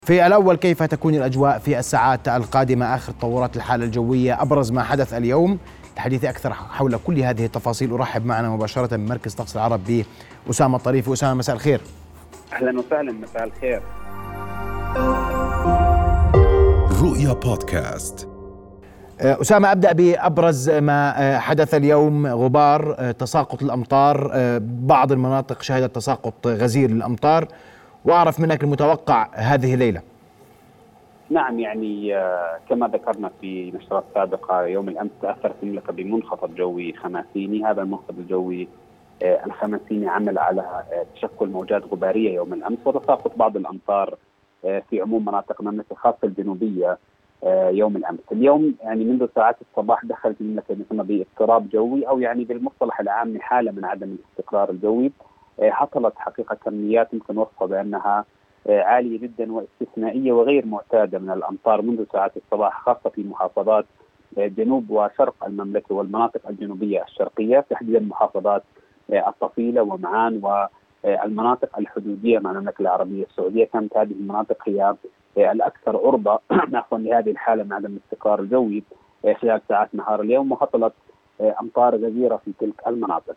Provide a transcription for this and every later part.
في الأول، كيف تكون الأجواء في الساعات القادمة؟ آخر تطورات الحالة الجوية، أبرز ما حدث اليوم. الحديث أكثر حول كل هذه التفاصيل أرحب معنا مباشرة من مركز طقس العرب بأسامة الطريفي. أسامة، مساء الخير. أهلا وسهلا، مساء الخير. رؤيا بودكاست. أسامة، أبدأ بأبرز ما حدث اليوم. غبار، تساقط الأمطار، بعض المناطق شهدت تساقط غزير للأمطار، وأعرف منك المتوقع هذه الليلة. نعم، يعني كما ذكرنا في نشرات سابقة، يوم الأمس تأثرت المملكة بمنخفض جوي خماسيني. هذا المنخفض الجوي الخماسيني عمل على تشكل موجات غبارية يوم الأمس وتساقط بعض الأمطار في عموم مناطق المملكة خاصة الجنوبية يوم الأمس. اليوم يعني منذ ساعات الصباح دخلت المملكة ما باضطراب جوي، أو يعني بالمصطلح العام حالة من عدم الاستقرار الجوي. حصلت حقيقة كميات يمكن وصفها بأنها عالية جدا واستثنائية وغير معتادة من الأمطار منذ ساعات الصباح، خاصة في محافظات جنوب وشرق المملكة والمناطق الجنوبية الشرقية، تحديدا محافظات الطفيلة ومعان والمناطق الحدودية مع المملكة العربية السعودية. كانت هذه المناطق هي الأكثر عرضة لهذه الحالة من عدم الاستقرار الجوي خلال ساعات نهار اليوم، وحصلت أمطار غزيرة في تلك المناطق.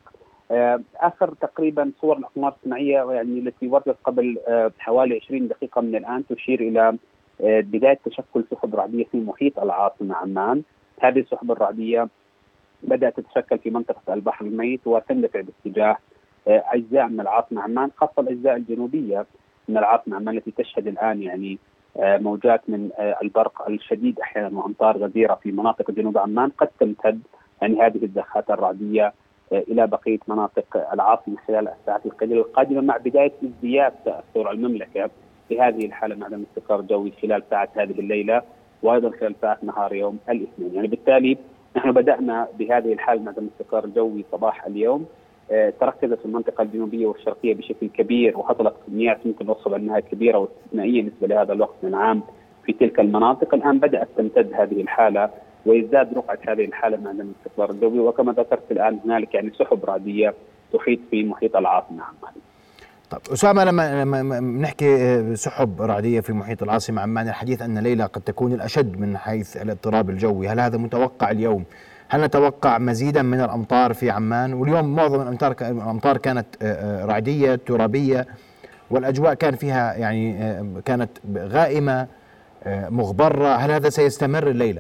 آخر تقريبا صور الأقمار الصناعية يعني التي وردت قبل حوالي 20 دقيقة من الآن تشير إلى بداية تشكل سحب رعدية في محيط العاصمة عمان. هذه السحب الرعدية بدأت تتشكل في منطقة البحر الميت وتندفع باتجاه أجزاء من العاصمة عمان، خاصة الأجزاء الجنوبية من العاصمة عمان التي تشهد الآن يعني موجات من البرق الشديد أحيانا وأمطار غزيرة في مناطق جنوب عمان، قد تمتد يعني هذه الزخات الرعدية إلى بقية مناطق العاصمة خلال الساعات القليلة القادمة، مع بداية ازدياد تأثر المملكة بهذه الحالة من عدم الاستقرار الجوي خلال ساعات هذه الليلة وأيضا خلال ساعات نهار يوم الاثنين. يعني بالتالي نحن بدأنا بهذه الحالة من عدم الاستقرار الجوي صباح اليوم، تركزت في المنطقة الجنوبية والشرقية بشكل كبير، وحصلت كميات يمكن نوصف أنها كبيرة واستثنائية بالنسبة لهذا الوقت من العام في تلك المناطق. الآن بدأت تمتد هذه الحالة ويزداد رقعة هذه الحالة من عدم الاستقرار الجوي، وكما ذكرت الآن هنالك يعني سحب رعدية تحيط في محيط العاصمة عمان. طيب أسامة، لما نحكي سحب رعدية في محيط العاصمة عمان، الحديث أن ليلة قد تكون الأشد من حيث الاضطراب الجوي، هل هذا متوقع اليوم؟ هل نتوقع مزيدا من الأمطار في عمان؟ واليوم معظم الأمطار كانت رعدية ترابية، والأجواء كان فيها يعني كانت غائمة مغبرة. هل هذا سيستمر الليلة؟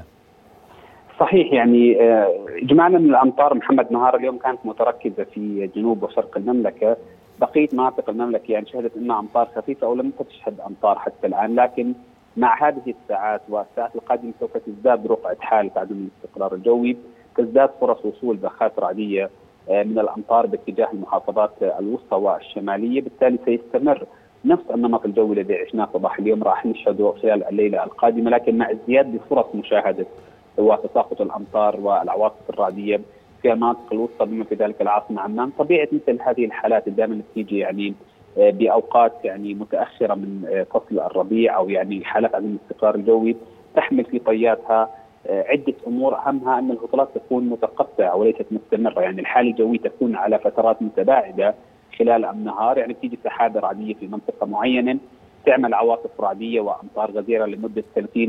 صحيح، يعني إجمالا من الأمطار محمد نهار اليوم كانت متركزة في جنوب وشرق المملكة. بقية مناطق المملكة يعني شهدت أنها أمطار خفيفة أو لم تشهد أمطار حتى الآن، لكن مع هذه الساعات والساعات القادمة سوف تزداد رقعة حالة عدم الاستقرار الجوي، تزداد فرص وصول زخات رعدية من الأمطار باتجاه المحافظات الوسطى والشمالية. بالتالي سيستمر نفس النمط الجوي الذي عشناه صباح اليوم راح نشهده خلال الليلة القادمة، لكن مع ازدياد بفرص مشاهدة وتساقط الأمطار والعواصف الرعدية في المناطق الوسطى بما في ذلك العاصمة عمان. طبيعة مثل هذه الحالات دائما تيجي يعني بأوقات يعني متأخرة من فصل الربيع، أو يعني حالات عدم الاستقرار الجوي تحمل في طياتها عدة أمور، أهمها أن العطلات تكون متقطعة وليست مستمرة. يعني الحالة الجوية تكون على فترات متباعدة خلال النهار، يعني تيجي سحابة رعدية في منطقة معينة تعمل عواصف رعدية وأمطار غزيرة لمدة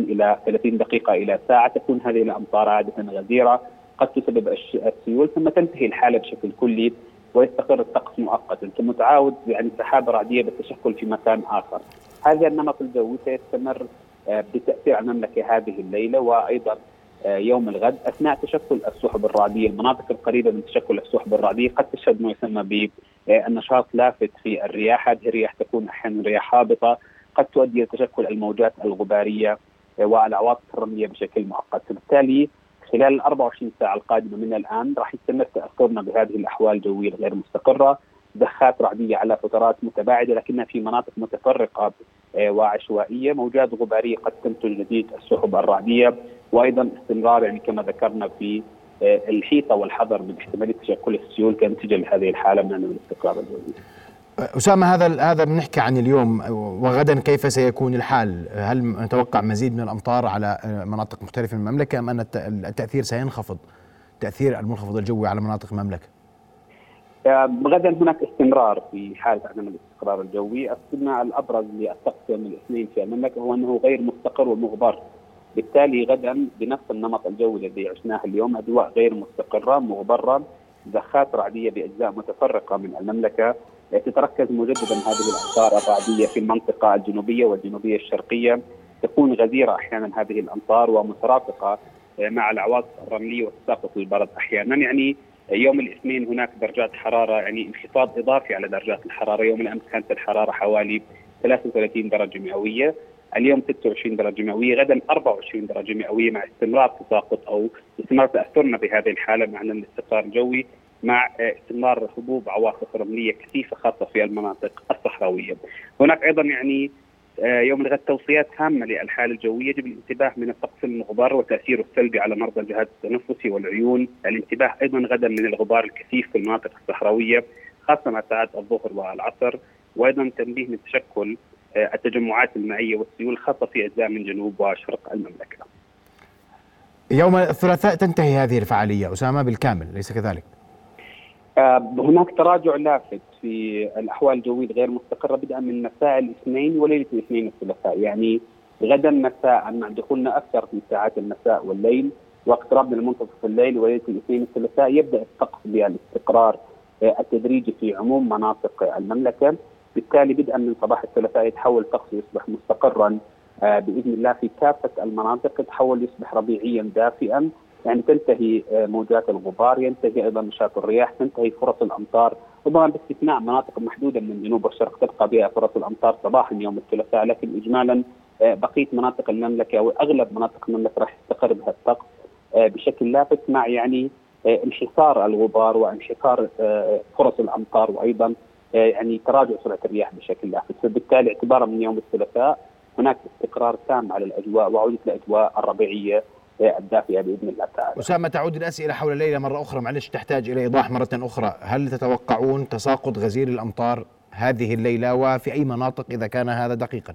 30 دقيقة إلى ساعة. تكون هذه الأمطار عادة غزيرة قد تسبب السيول، ثم تنتهي الحالة بشكل كلي ويستقر الطقس مؤقتا، ثم تعاود يعني سحابة رعدية بالتشكل في مكان آخر. هذا النمط الجوي سيستمر بتأثير على المملكة هذه الليلة وأيضا يوم الغد أثناء تشكل السحب الرعدية. المناطق القريبة من تشكل السحب الرعدية قد تشهد ما يسمى بالنشاط لافت في الرياح. هذه الرياح تكون أحيانا رياح هابطة قد تؤدي إلى تشكل الموجات الغبارية والعواصف الرملية بشكل مؤقت. بالتالي خلال 24 ساعة القادمة من الآن راح يستمر تأثرنا بهذه الأحوال الجوية الغير مستقرة، زخات رعدية على فترات متباعدة لكنها في مناطق متفرقة وعشوائية، موجات غبارية قد تنتج نتيجة السحب الرعدية، وأيضا استمرار يعني كما ذكرنا في الحيطة والحذر من احتمالية تشكل السيول كنتيجة لهذه الحالة من الاستقرار الجوي. أسامة، هذا بنحكي عن اليوم، وغدا كيف سيكون الحال؟ هل نتوقع مزيد من الأمطار على مناطق مختلفة من المملكة، أم أن التأثير سينخفض، تأثير المنخفض الجوي على مناطق المملكة؟ غدا هناك استمرار في حالة عدم الاستقرار الاستقرار الجوي. السمة الأبرز للطقس يوم الاثنين في المملكة هو أنه غير مستقر ومغبر، بالتالي غدا بنفس النمط الجوي الذي عشناه اليوم، أجواء غير مستقرة مغبرة، زخات رعدية بأجزاء متفرقة من المملكة، تتركز مجددا هذه الأمطار الرعدية في المنطقة الجنوبية والجنوبية الشرقية، تكون غزيرة أحيانا هذه الأمطار ومترافقة مع العواصف الرملية وتساقط البرد أحيانا. يعني يوم الاثنين هناك درجات حرارة، يعني انخفاض إضافي على درجات الحرارة. يوم الأمس كانت الحرارة حوالي 33 درجة مئوية، اليوم 26 درجة مئوية، غدا 24 درجة مئوية، مع استمرار تساقط أو استمرار تأثرنا بهذه الحالة مع الاستقرار الجوي، مع استمرار هبوب عواصف رملية كثيفة خاصة في المناطق الصحراوية. هناك أيضا يعني يوم الغد توصيات هامة للحالة الجوية، يجب الانتباه من الطقس المغبر وتأثيره السلبي على مرضى الجهاز التنفسي والعيون، الانتباه أيضا غدا من الغبار الكثيف في المناطق الصحراوية خاصة مع ساعات الظهر والعصر، وأيضا تنبيه من تشكل التجمعات المائية والسيول خاصة في أجزاء من جنوب وشرق المملكة. يوم الثلاثاء تنتهي هذه الفعالية أسامة بالكامل، ليس كذلك؟ هناك تراجع لافت في الأحوال الجوية الغير مستقرة بدءا من مساء الاثنين وليلة الاثنين الثلاثاء. يعني غدا مساء مع دخولنا أكثر في ساعات المساء والليل واقترابنا لمنتصف الليل وليلة الاثنين الثلاثاء يبدأ الطقس بالاستقرار التدريجي في عموم مناطق المملكة. بالتالي بدءا من صباح الثلاثاء يتحول الطقس يصبح مستقرا بإذن الله في كافة المناطق، يتحول يصبح ربيعيا دافئا، يعني تنتهي موجات الغبار، ينتهي ايضا نشاط الرياح، تنتهي فرص الامطار، طبعا باستثناء مناطق محدوده من الجنوب والشرق تبقى بها فرص الامطار صباحا يوم الثلاثاء، لكن اجمالا بقيه مناطق المملكه واغلب مناطق المملكه راح يستقر بها الطقس بشكل لافت، مع يعني انحصار الغبار وانحصار فرص الامطار، وايضا يعني تراجع سرعه الرياح بشكل لافت. فبالتالي اعتبارا من يوم الثلاثاء هناك استقرار تام على الاجواء وعوده الاجواء الربيعيه الدافئة بإذن الله تعالى. أسامة، تعود الأسئلة حول الليلة مرة أخرى، معلش تحتاج إلى إيضاح مرة أخرى. هل تتوقعون تساقط غزير الأمطار هذه الليلة وفي أي مناطق إذا كان هذا دقيقا؟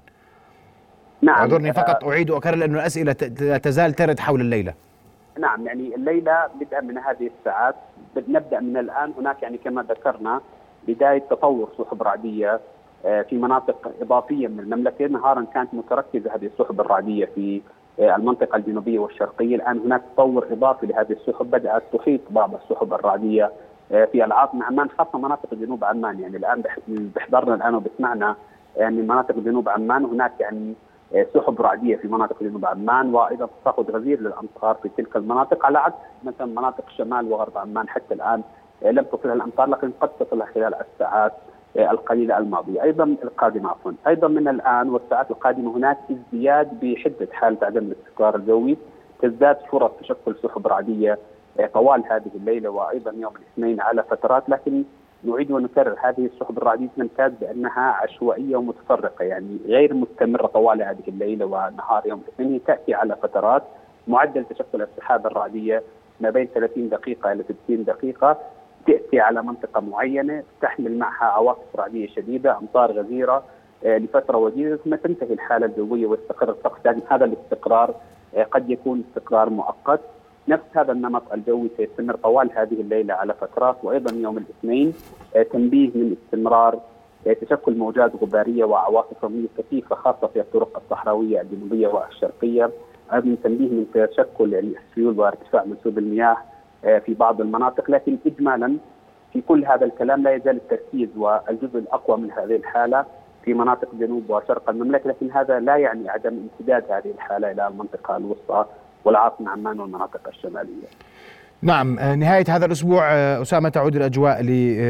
نعم، أعذرني فقط أعيد وأكرر لأن الأسئلة لا تزال ترد حول الليلة. نعم، يعني الليلة بدءا من هذه الساعات نبدأ من الآن هناك يعني كما ذكرنا بداية تطور سحب رعدية في مناطق إضافية من المملكة. نهارا كانت متركزة هذه السحب الرعدية في المنطقة الجنوبية والشرقية، الآن هناك تطور إضافي لهذه السحب، بدأت تحيط بعض السحب الرعدية في العاصمة عمان خاصة مناطق جنوب عمان. يعني الآن بحضرنا الآن وبسمعنا من مناطق جنوب عمان هناك يعني سحب رعدية في مناطق جنوب عمان، وأيضا تساقط غزير للأمطار في تلك المناطق، على عكس مثلا مناطق شمال وغرب عمان حتى الآن لم تصلها الأمطار، لكن قد تصلها خلال الساعات القليلة الماضية أيضا القادمة. أيضا من الآن والساعات القادمة هناك ازدياد بحدة حالة عدم الاستقرار الجوي، تزداد فرص تشكل سحب رعدية طوال هذه الليلة وأيضا يوم الاثنين على فترات، لكن نعيد ونكرر هذه السحب الرعدية تمتاز بأنها عشوائية ومتفرقة، يعني غير مستمرة طوال هذه الليلة ونهار يوم الاثنين، تأتي على فترات. معدل تشكل السحاب الرعدية ما بين 30 دقيقة إلى 60 دقيقة، تأتي على منطقة معينة تحمل معها عواصف رعدية شديدة، أمطار غزيرة لفترة وجيزة، ثم تنتهي الحالة الجوية ويستقر الطقس. لكن هذا الاستقرار قد يكون استقرار مؤقت. نفس هذا النمط الجوي سيستمر طوال هذه الليلة على فترات، وأيضا يوم الاثنين تنبيه من استمرار تشكل موجات غبارية وعواصف رملية كثيفة خاصة في الطرق الصحراوية الجنوبية والشرقية، أيضا تنبيه من تشكل يعني السيول وارتفاع منسوب المياه في بعض المناطق. لكن إجمالا في كل هذا الكلام لا يزال التركيز والجزء الأقوى من هذه الحالة في مناطق جنوب وشرق المملكة، لكن هذا لا يعني عدم امتداد هذه الحالة إلى المنطقة الوسطى والعاصمة عمان والمناطق الشمالية. نعم، نهاية هذا الأسبوع أسامة تعود الأجواء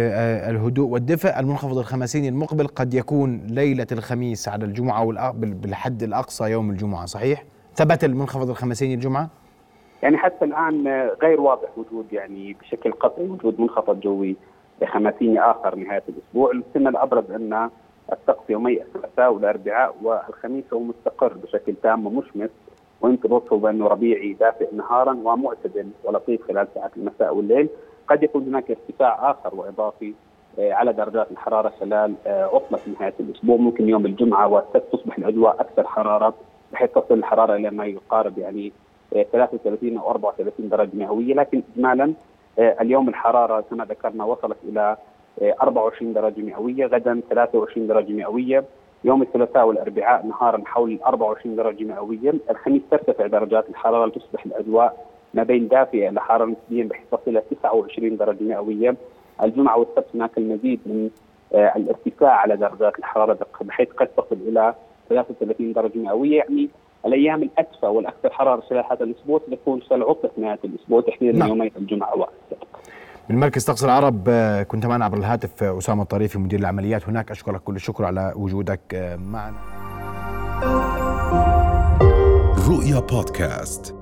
للهدوء والدفء. المنخفض الخمسيني المقبل قد يكون ليلة الخميس على الجمعة بالحد الأقصى يوم الجمعة، صحيح؟ ثبت المنخفض الخمسيني الجمعة؟ يعني حتى الآن غير واضح وجود يعني بشكل قطعي وجود منخفض جوي خمسيني آخر نهاية الأسبوع. السنة الأبرز أن الطقس يومي الثلاثاء والأربعاء والخميس هو مستقر بشكل تام ومشمس، ويمكن وصفه بأنه ربيعي دافئ نهارا ومعتدل ولطيف خلال ساعات المساء والليل. قد يكون هناك ارتفاع آخر وإضافي على درجات الحرارة خلال عطلة نهاية الأسبوع. ممكن يوم الجمعة والسبت تصبح الأجواء أكثر حرارة بحيث تصل الحرارة إلى ما يقارب يعني 33 أو 34 درجة مئوية، لكن إجمالا اليوم الحرارة كما ذكرنا وصلت إلى 24 درجة مئوية، غدا 23 درجة مئوية، يوم الثلاثاء والأربعاء نهارا حول 24 درجة مئوية، الخميس ترتفع درجات الحرارة لتصبح الأجواء ما بين دافئة إلى حارة نسبيا بحيث تصل إلى 29 درجة مئوية. الجمعة والسبت هناك المزيد من الارتفاع على درجات الحرارة بحيث قد تصل إلى 33 درجة مئوية. يعني الأيام الأدفى والأكثر حرارة خلال هذا الأسبوع تكون خلال عطلة نهاية الأسبوع تحديدا يومي الجمعة والسبت. من مركز طقس العرب كنت معنا عبر الهاتف أسامة الطريفي مدير العمليات هناك. أشكرك كل الشكر على وجودك معنا. رؤيا بودكاست.